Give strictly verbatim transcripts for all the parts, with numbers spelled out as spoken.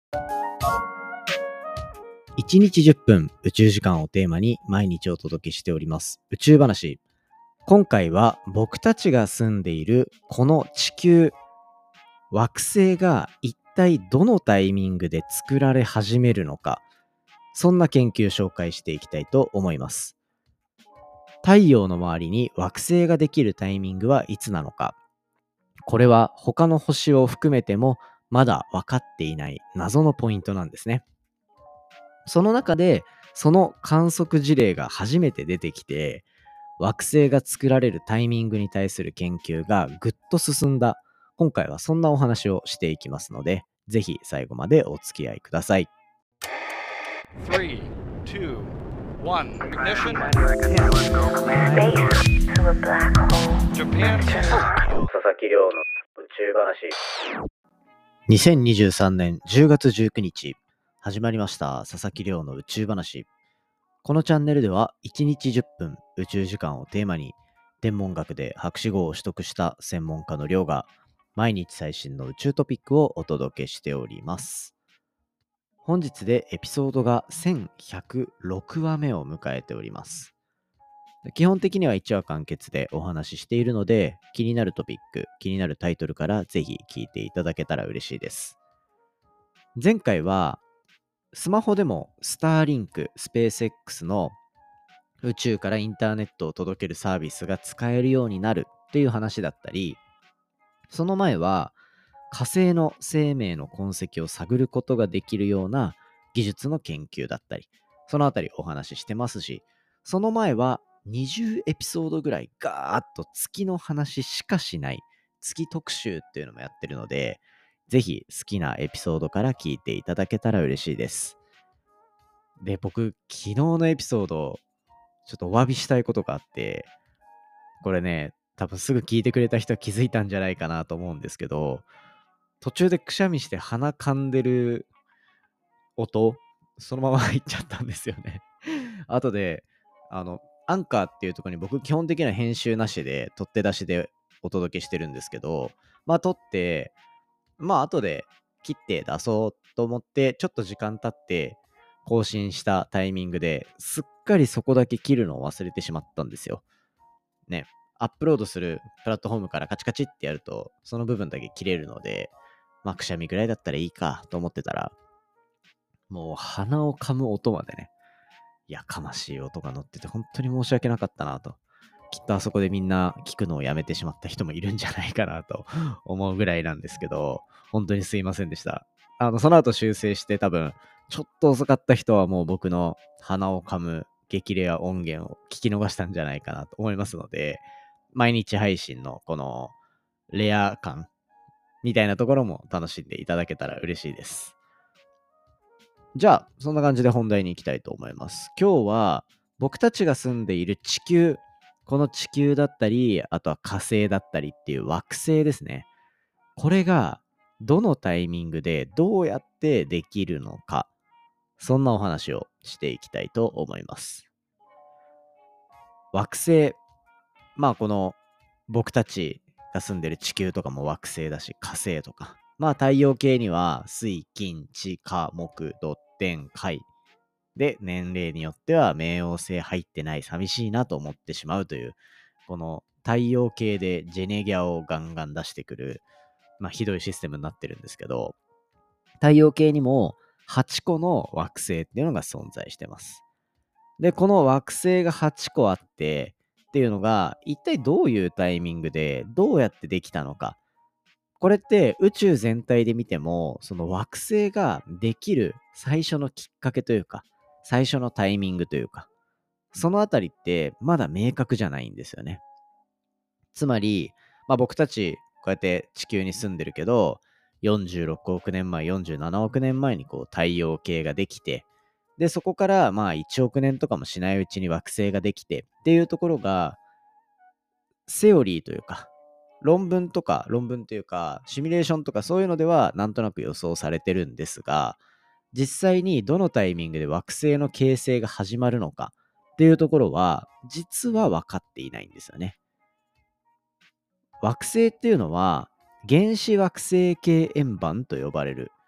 いちにちじゅっぷん宇宙時間をテーマに毎日お届けしております宇宙話。今回は僕たちが住んでいるこの地球、惑星が一体どのタイミングで作られ始めるのか、そんな研究紹介していきたいと思います。太陽の周りに惑星ができるタイミングはいつなのか、これは他の星を含めてもまだ分かっていない謎のポイントなんですね。その中でその観測事例が初めて出てきて、惑星が作られるタイミングに対する研究がぐっと進んだ。今回はそんなお話をしていきますので、ぜひ最後までお付き合いください。 さん、に、いち、ignition. Japan. 佐々木亮の宇宙話。にせんにじゅうさんねんじゅうがつじゅうくにち、始まりました佐々木亮の宇宙話。このチャンネルではいちにちじゅっぷん宇宙時間をテーマに、天文学で博士号を取得した専門家の亮が毎日最新の宇宙トピックをお届けしております。本日でエピソードがせんひゃくろくわめを迎えております。基本的にはいちわ完結でお話ししているので、気になるトピック、気になるタイトルからぜひ聞いていただけたら嬉しいです。前回はスマホでもスターリンク、スペース X の宇宙からインターネットを届けるサービスが使えるようになるっていう話だったり、その前は火星の生命の痕跡を探ることができるような技術の研究だったり、そのあたりお話ししてますし、その前はにじゅうエピソードぐらいガーッと月の話しかしない月特集っていうのもやってるので、ぜひ好きなエピソードから聞いていただけたら嬉しいです。で、僕、昨日のエピソード、ちょっとお詫びしたいことがあって、これね、多分すぐ聞いてくれた人は気づいたんじゃないかなと思うんですけど、途中でくしゃみして鼻噛んでる音、そのまま入っちゃったんですよね。後で、あの、アンカーっていうところに僕基本的には編集なしで、取って出しでお届けしてるんですけど、まあ撮って、まあ後で切って出そうと思って、ちょっと時間経って更新したタイミングですっかりそこだけ切るのを忘れてしまったんですよ。ね。アップロードするプラットフォームからカチカチってやると、その部分だけ切れるので、まあくしゃみぐらいだったらいいかと思ってたら、もう鼻を噛む音までね、やかましい音が乗ってて本当に申し訳なかったなと。きっとあそこでみんな聞くのをやめてしまった人もいるんじゃないかなと思うぐらいなんですけど、本当にすいませんでした。あの、その後修正して多分、ちょっと遅かった人はもう僕の鼻を噛む激レア音源を聞き逃したんじゃないかなと思いますので、毎日配信のこのレア感みたいなところも楽しんでいただけたら嬉しいです。じゃあ、そんな感じで本題に行きたいと思います。今日は僕たちが住んでいる地球、この地球だったり、あとは火星だったりっていう惑星ですね。これがどのタイミングでどうやってできるのか、そんなお話をしていきたいと思います。惑星、まあこの僕たちが住んでる地球とかも惑星だし、火星とか、まあ太陽系には水、金、地、火、木、土、天、海で、年齢によっては冥王星入ってない、寂しいなと思ってしまうという、この太陽系でジェネギャをガンガン出してくる、まあひどいシステムになってるんですけど、太陽系にもはちこの惑星っていうのが存在してます。で、この惑星がはちこあってっていうのが、一体どういうタイミングでどうやってできたのか。これって宇宙全体で見ても、その惑星ができる最初のきっかけというか、最初のタイミングというか、そのあたりってまだ明確じゃないんですよね。つまり、まあ、僕たちこうやって地球に住んでるけど、よんじゅうろくおくねんまえ、よんじゅうななおくねんまえにこう太陽系ができて、で、そこからまあいちおくねんとかもしないうちに惑星ができてっていうところが、セオリーというか、論文とか、論文というか、シミュレーションとかそういうのではなんとなく予想されてるんですが、実際にどのタイミングで惑星の形成が始まるのかっていうところは、実は分かっていないんですよね。惑星っていうのは、原始惑星系円盤と呼ばれる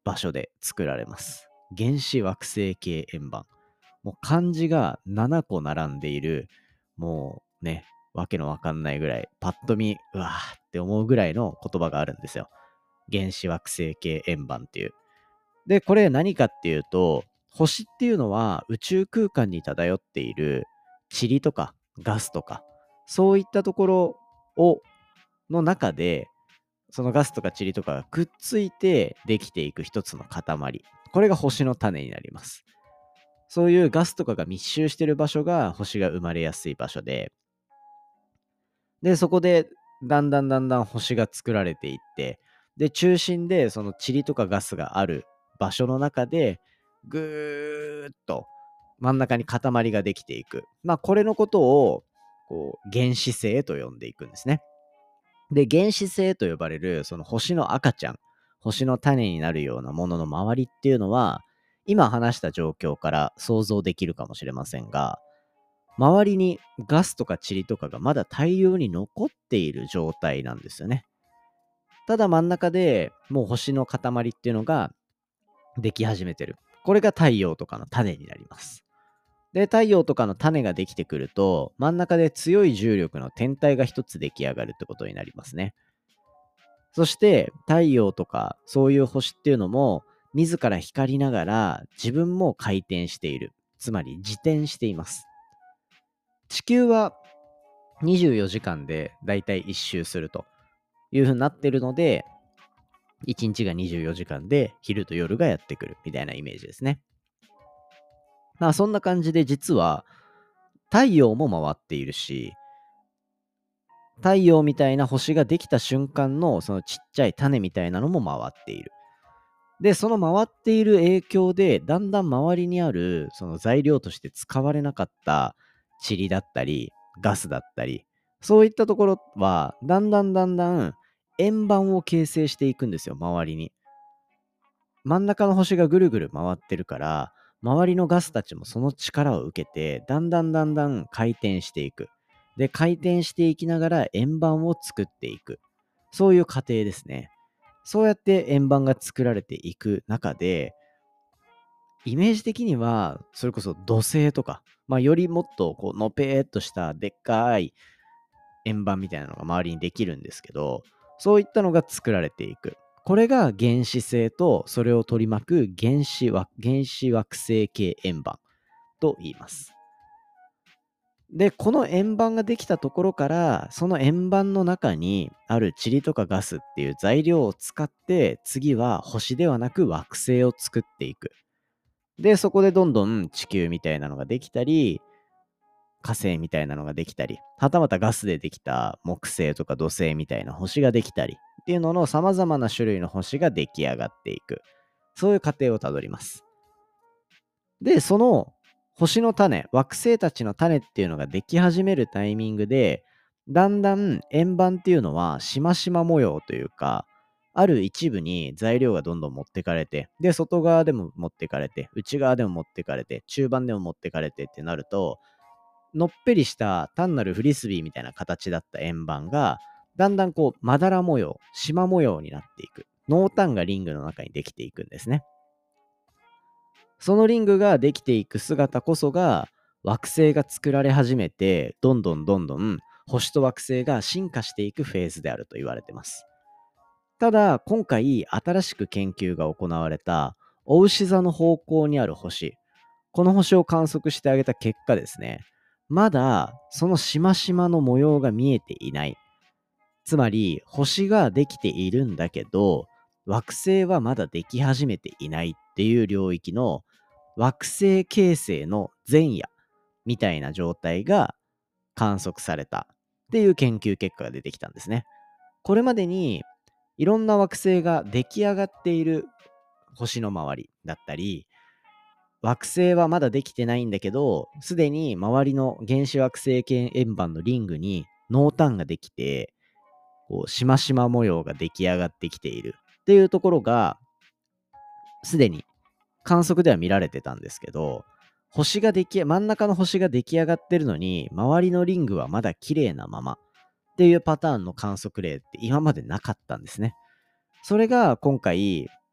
場所で作られます。原始惑星系円盤。もう漢字がななこ並んでいる、もうね、わけのわかんないぐらい、パッと見、うわーって思うぐらいの言葉があるんですよ。原始惑星系円盤っていう。で、これ何かっていうと、星っていうのは宇宙空間に漂っている塵とかガスとか、そういったところを、の中で、そのガスとか塵とかがくっついてできていく一つの塊。これが星の種になります。そういうガスとかが密集している場所が星が生まれやすい場所で、で、そこでだんだんだんだん星が作られていって、で、中心でその塵とかガスがある場所の中で、ぐーっと真ん中に塊ができていく。まあ、これのことを、こう、原始星と呼んでいくんですね。で、原始星と呼ばれる、その星の赤ちゃん、星の種になるようなものの周りっていうのは、今話した状況から想像できるかもしれませんが、周りにガスとか塵とかがまだ大量に残っている状態なんですよね。ただ真ん中でもう星の塊っていうのができ始めてる。これが太陽とかの種になります。で、太陽とかの種ができてくると、真ん中で強い重力の天体が一つ出来上がるってことになりますね。そして太陽とかそういう星っていうのも自ら光りながら自分も回転している。つまり自転しています。地球はにじゅうよじかんでだいたい一周するという風になってるので、いちにちがにじゅうよじかんで昼と夜がやってくるみたいなイメージですね。まあそんな感じで実は太陽も回っているし、太陽みたいな星ができた瞬間のそのちっちゃい種みたいなのも回っている。で、その回っている影響で、だんだん周りにあるその材料として使われなかった塵だったり、ガスだったり、そういったところは、だんだんだんだん円盤を形成していくんですよ、周りに。真ん中の星がぐるぐる回ってるから、周りのガスたちもその力を受けて、だんだんだんだん回転していく。で、回転していきながら円盤を作っていく。そういう過程ですね。そうやって円盤が作られていく中で、イメージ的には、それこそ土星とか、まあ、よりもっとこうのぺーっとしたでっかい円盤みたいなのが周りにできるんですけど、そういったのが作られていく。これが原始星とそれを取り巻く原子惑原子惑星系円盤と言います。で、この円盤ができたところから、その円盤の中にある塵とかガスっていう材料を使って、次は星ではなく惑星を作っていく。で、そこでどんどん地球みたいなのができたり、火星みたいなのができたり、はたまたガスでできた木星とか土星みたいな星ができたりっていうのの様々な種類の星が出来上がっていく。そういう過程をたどります。で、その星の種、惑星たちの種っていうのができ始めるタイミングで、だんだん円盤っていうのはしましま模様というか、ある一部に材料がどんどん持ってかれて、で、外側でも持ってかれて、内側でも持ってかれて、中盤でも持ってかれてってなると、のっぺりした単なるフリスビーみたいな形だった円盤が、だんだんこう、まだら模様、縞模様になっていく。濃淡がリングの中にできていくんですね。そのリングができていく姿こそが、惑星が作られ始めて、どんどんどんどん星と惑星が進化していくフェーズであると言われています。ただ、今回新しく研究が行われた、お牛座の方向にある星、この星を観測してあげた結果ですね、まだそのしましまの模様が見えていない。つまり、星ができているんだけど、惑星はまだでき始めていないっていう領域の惑星形成の前夜みたいな状態が観測されたっていう研究結果が出てきたんですね。これまでにいろんな惑星が出来上がっている星の周りだったり、惑星はまだできてないんだけど、すでに周りの原子惑星系円盤のリングに濃淡ができて、こうしましま模様が出来上がってきているっていうところが、すでに観測では見られてたんですけど、星ができ、真ん中の星が出来上がってるのに、周りのリングはまだ綺麗なままっていうパターンの観測例って今までなかったんですね。それが今回、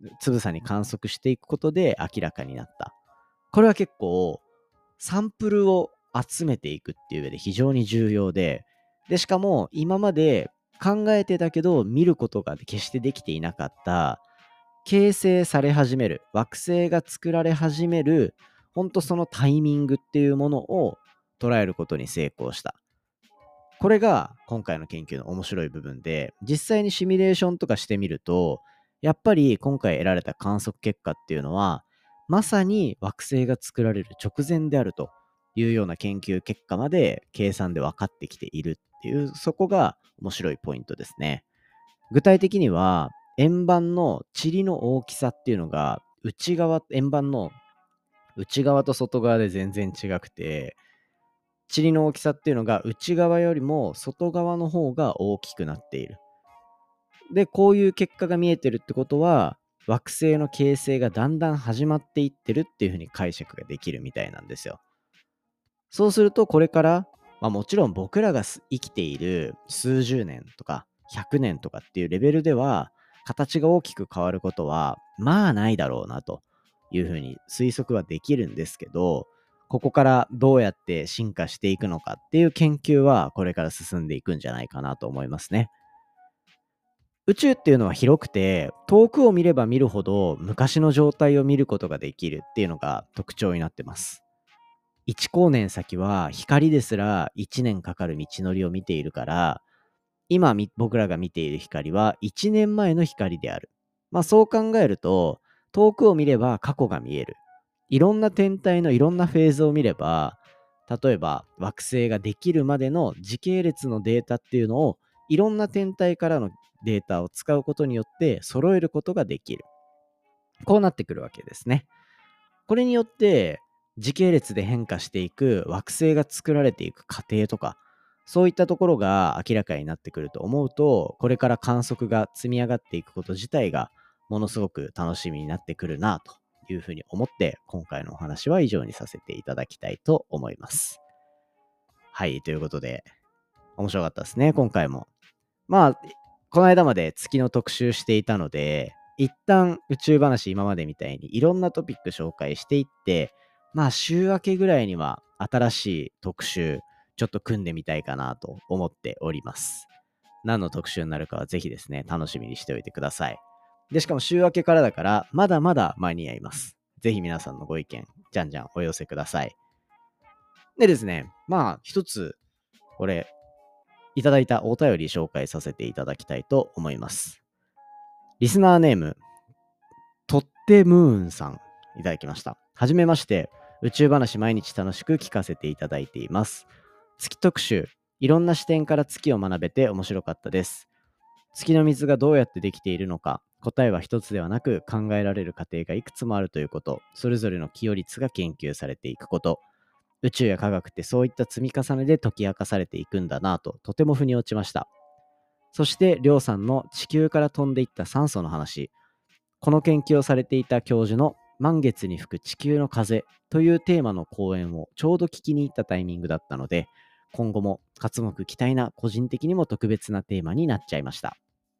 つぶさに観測していくことで明らかになった。これは結構サンプルを集めていくっていう上で非常に重要で、でしかも今まで考えてたけど見ることが決してできていなかった形成され始める惑星が作られ始める本当そのタイミングっていうものを捉えることに成功した。これが今回の研究の面白い部分で、実際にシミュレーションとかしてみると、やっぱり今回得られた観測結果っていうのは、まさに惑星が作られる直前であるというような研究結果まで計算で分かってきているっていう、そこが面白いポイントですね。具体的には、円盤の塵の大きさっていうのが、内側、円盤の内側と外側で全然違くて、塵の大きさっていうのが内側よりも外側の方が大きくなっている。で、こういう結果が見えてるってことは、惑星の形成がだんだん始まっていってるっていう風に解釈ができるみたいなんですよ。そうするとこれから、まあ、もちろん僕らが生きている数十年とかひゃくねんとかっていうレベルでは形が大きく変わることはまあないだろうなというふうに推測はできるんですけど、ここからどうやって進化していくのかっていう研究はこれから進んでいくんじゃないかなと思いますね。宇宙っていうのは広くて遠くを見れば見るほど昔の状態を見ることができるっていうのが特徴になってます。いち光年先は光ですらいちねんかかる道のりを見ているから、今僕らが見ている光はいちねんまえの光である。まあそう考えると、遠くを見れば過去が見える。いろんな天体のいろんなフェーズを見れば、例えば惑星ができるまでの時系列のデータっていうのをいろんな天体からのデータを使うことによって揃えることができる。こうなってくるわけですね。これによって時系列で変化していく惑星が作られていく過程とか、そういったところが明らかになってくると思うと、これから観測が積み上がっていくこと自体がものすごく楽しみになってくるなというふうに思って、今回のお話は以上にさせていただきたいと思います。はい、ということで面白かったですね、今回も。まあこの間まで月の特集していたので、一旦宇宙話今までみたいにいろんなトピック紹介していって、まあ週明けぐらいには新しい特集ちょっと組んでみたいかなと思っております。何の特集になるかはぜひですね、楽しみにしておいてください。で、しかも週明けからだから、まだまだ間に合います。ぜひ皆さんのご意見、じゃんじゃんお寄せください。でですね、まあ一つ、これ、いただいたお便り紹介させていただきたいと思います。リスナーネーム、とってムーンさん、いただきました。はじめまして、宇宙話毎日楽しく聞かせていただいています。月特集、いろんな視点から月を学べて面白かったです。月の水がどうやってできているのか、答えは一つではなく考えられる過程がいくつもあるということ、それぞれの起与率が研究されていくこと、宇宙や科学ってそういった積み重ねで解き明かされていくんだなと、とても腑に落ちました。そして、りょうさんの地球から飛んでいった酸素の話、この研究をされていた教授の満月に吹く地球の風というテーマの講演をちょうど聞きに行ったタイミングだったので、今後も刮目期待な個人的にも特別なテーマになっちゃいました。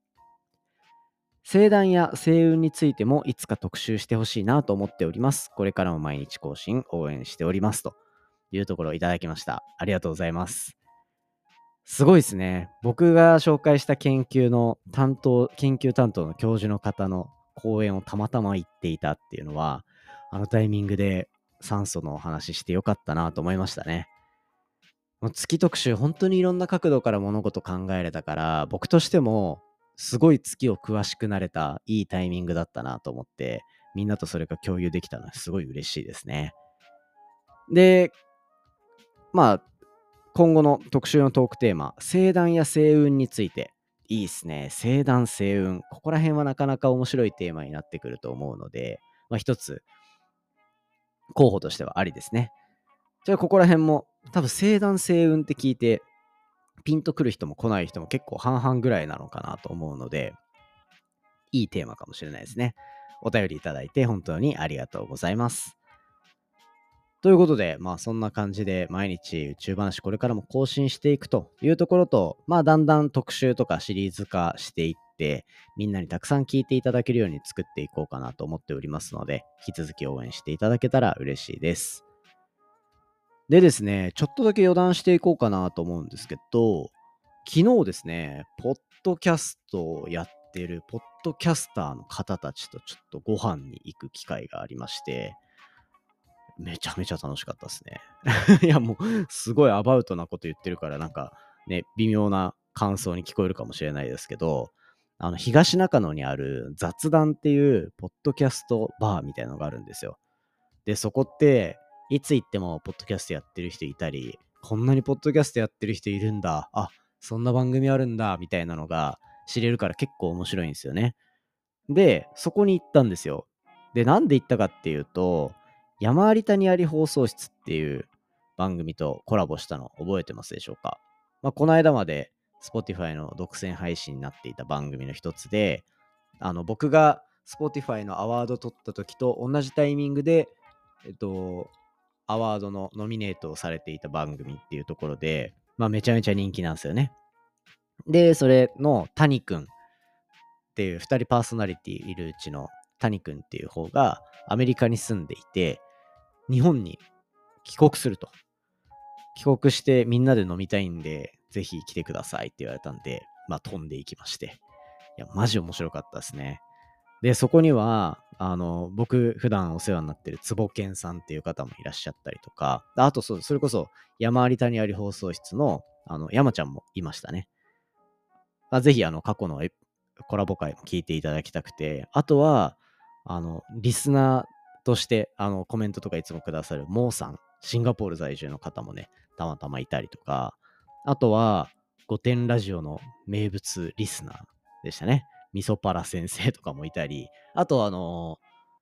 星団や星雲についてもいつか特集してほしいなと思っております。これからも毎日更新応援しておりますというところをいただきました。ありがとうございます。すごいですね。僕が紹介した研究の担当、研究担当の教授の方の講演をたまたま行っていたっていうのは、あのタイミングで酸素のお話してよかったなと思いましたね。もう月特集、本当にいろんな角度から物事考えれたから、僕としてもすごい月を詳しくなれたいいタイミングだったなと思って、みんなとそれが共有できたのはすごい嬉しいですね。で、まあ、今後の特集のトークテーマ、星団や星雲について。いいですね。星団、星雲。ここら辺はなかなか面白いテーマになってくると思うので、まあ一つ、候補としてはありですね。じゃあここら辺も、多分星団、星雲って聞いて、ピンとくる人も来ない人も結構半々ぐらいなのかなと思うので、いいテーマかもしれないですね。お便りいただいて本当にありがとうございます。ということで、まあそんな感じで毎日宇宙話これからも更新していくというところと、まあだんだん特集とかシリーズ化していって、みんなにたくさん聞いていただけるように作っていこうかなと思っておりますので、引き続き応援していただけたら嬉しいです。でですね、ちょっとだけ余談していこうかなと思うんですけど、昨日ですね、ポッドキャストをやってるポッドキャスターの方たちとちょっとご飯に行く機会がありまして、めちゃめちゃ楽しかったですね。いやもうすごいアバウトなこと言ってるからなんかね、微妙な感想に聞こえるかもしれないですけど、あの東中野にある雑談っていうポッドキャストバーみたいなのがあるんですよ。で、そこっていつ行ってもポッドキャストやってる人いたり、こんなにポッドキャストやってる人いるんだ、あ、そんな番組あるんだみたいなのが知れるから結構面白いんですよね。で、そこに行ったんですよ。で、なんで行ったかっていうと、山あり谷あり放送室っていう番組とコラボしたの覚えてますでしょうか？まあ、この間まで Spotify の独占配信になっていた番組の一つで、あの僕が Spotify のアワード取った時と同じタイミングで、えっと、アワードのノミネートをされていた番組っていうところで、まあ、めちゃめちゃ人気なんですよね。で、それの谷くんっていうふたりパーソナリティいるうちの谷くんっていう方がアメリカに住んでいて、日本に帰国すると。帰国してみんなで飲みたいんで、ぜひ来てくださいって言われたんで、まあ飛んでいきまして。いや、マジ面白かったですね。で、そこには、あの、僕普段お世話になってる坪健さんっていう方もいらっしゃったりとか、あとそう、それこそ山あり谷あり放送室の、あの、山ちゃんもいましたね。まあ、ぜひ、あの、過去のエコラボ会も聞いていただきたくて、あとは、あの、リスナーとして、あの、コメントとかいつもくださるモーさん、シンガポール在住の方もね、たまたまいたりとか、あとは、御殿ラジオの名物リスナーでしたね。みそパラ先生とかもいたり、あと、あの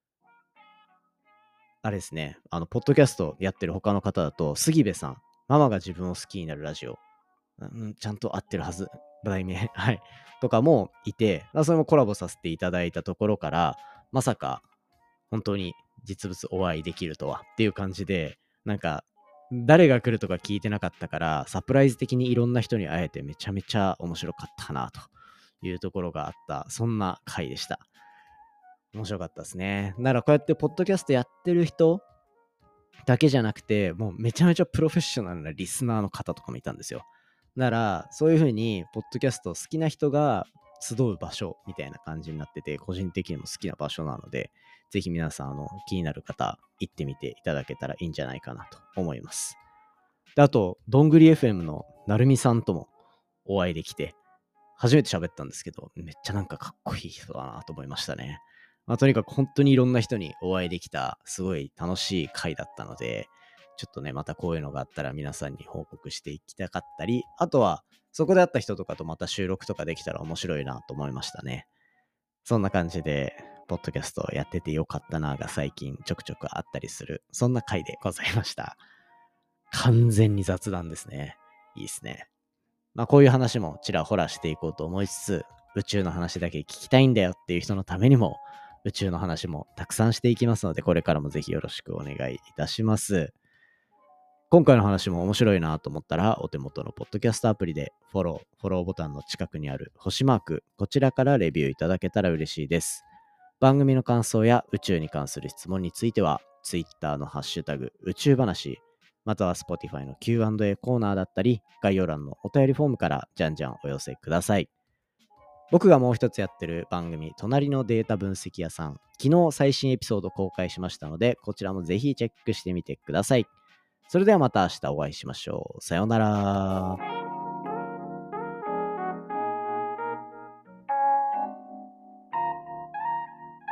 あれですね、あの、ポッドキャストやってる他の方だと、杉部さん、ママが自分を好きになるラジオ、うん、ちゃんと合ってるはず、題名、はい、とかもいて、それもコラボさせていただいたところから、まさか、本当に実物お会いできるとはっていう感じで、なんか、誰が来るとか聞いてなかったから、サプライズ的にいろんな人に会えてめちゃめちゃ面白かったな、というところがあった、そんな回でした。面白かったですね。だからこうやってポッドキャストやってる人だけじゃなくて、もうめちゃめちゃプロフェッショナルなリスナーの方とかもいたんですよ。なら、そういう風に、ポッドキャスト好きな人が集う場所みたいな感じになってて、個人的にも好きな場所なので、ぜひ皆さん、あの、気になる方、行ってみていただけたらいいんじゃないかなと思います。で、あと、どんぐり エフエム のなるみさんともお会いできて、初めて喋ったんですけど、めっちゃなんかかっこいい人だなと思いましたね。まあ、とにかく本当にいろんな人にお会いできた、すごい楽しい回だったので、ちょっとね、またこういうのがあったら皆さんに報告していきたかったり、あとは、そこで会った人とかとまた収録とかできたら面白いなと思いましたね。そんな感じで、ポッドキャストやっててよかったなが最近ちょくちょくあったりする、そんな回でございました。完全に雑談ですね。いいですね。まあこういう話もちらほらしていこうと思いつつ、宇宙の話だけ聞きたいんだよっていう人のためにも、宇宙の話もたくさんしていきますので、これからもぜひよろしくお願いいたします。今回の話も面白いなと思ったら、お手元のポッドキャストアプリでフォロー、フォローボタンの近くにある星マーク、こちらからレビューいただけたら嬉しいです。番組の感想や宇宙に関する質問については、Twitter のハッシュタグ宇宙話、または Spotify の キューアンドエー コーナーだったり、概要欄のお便りフォームからじゃんじゃんお寄せください。僕がもう一つやってる番組、隣のデータ分析屋さん、昨日最新エピソード公開しましたので、こちらもぜひチェックしてみてください。それではまた明日お会いしましょう。さようなら。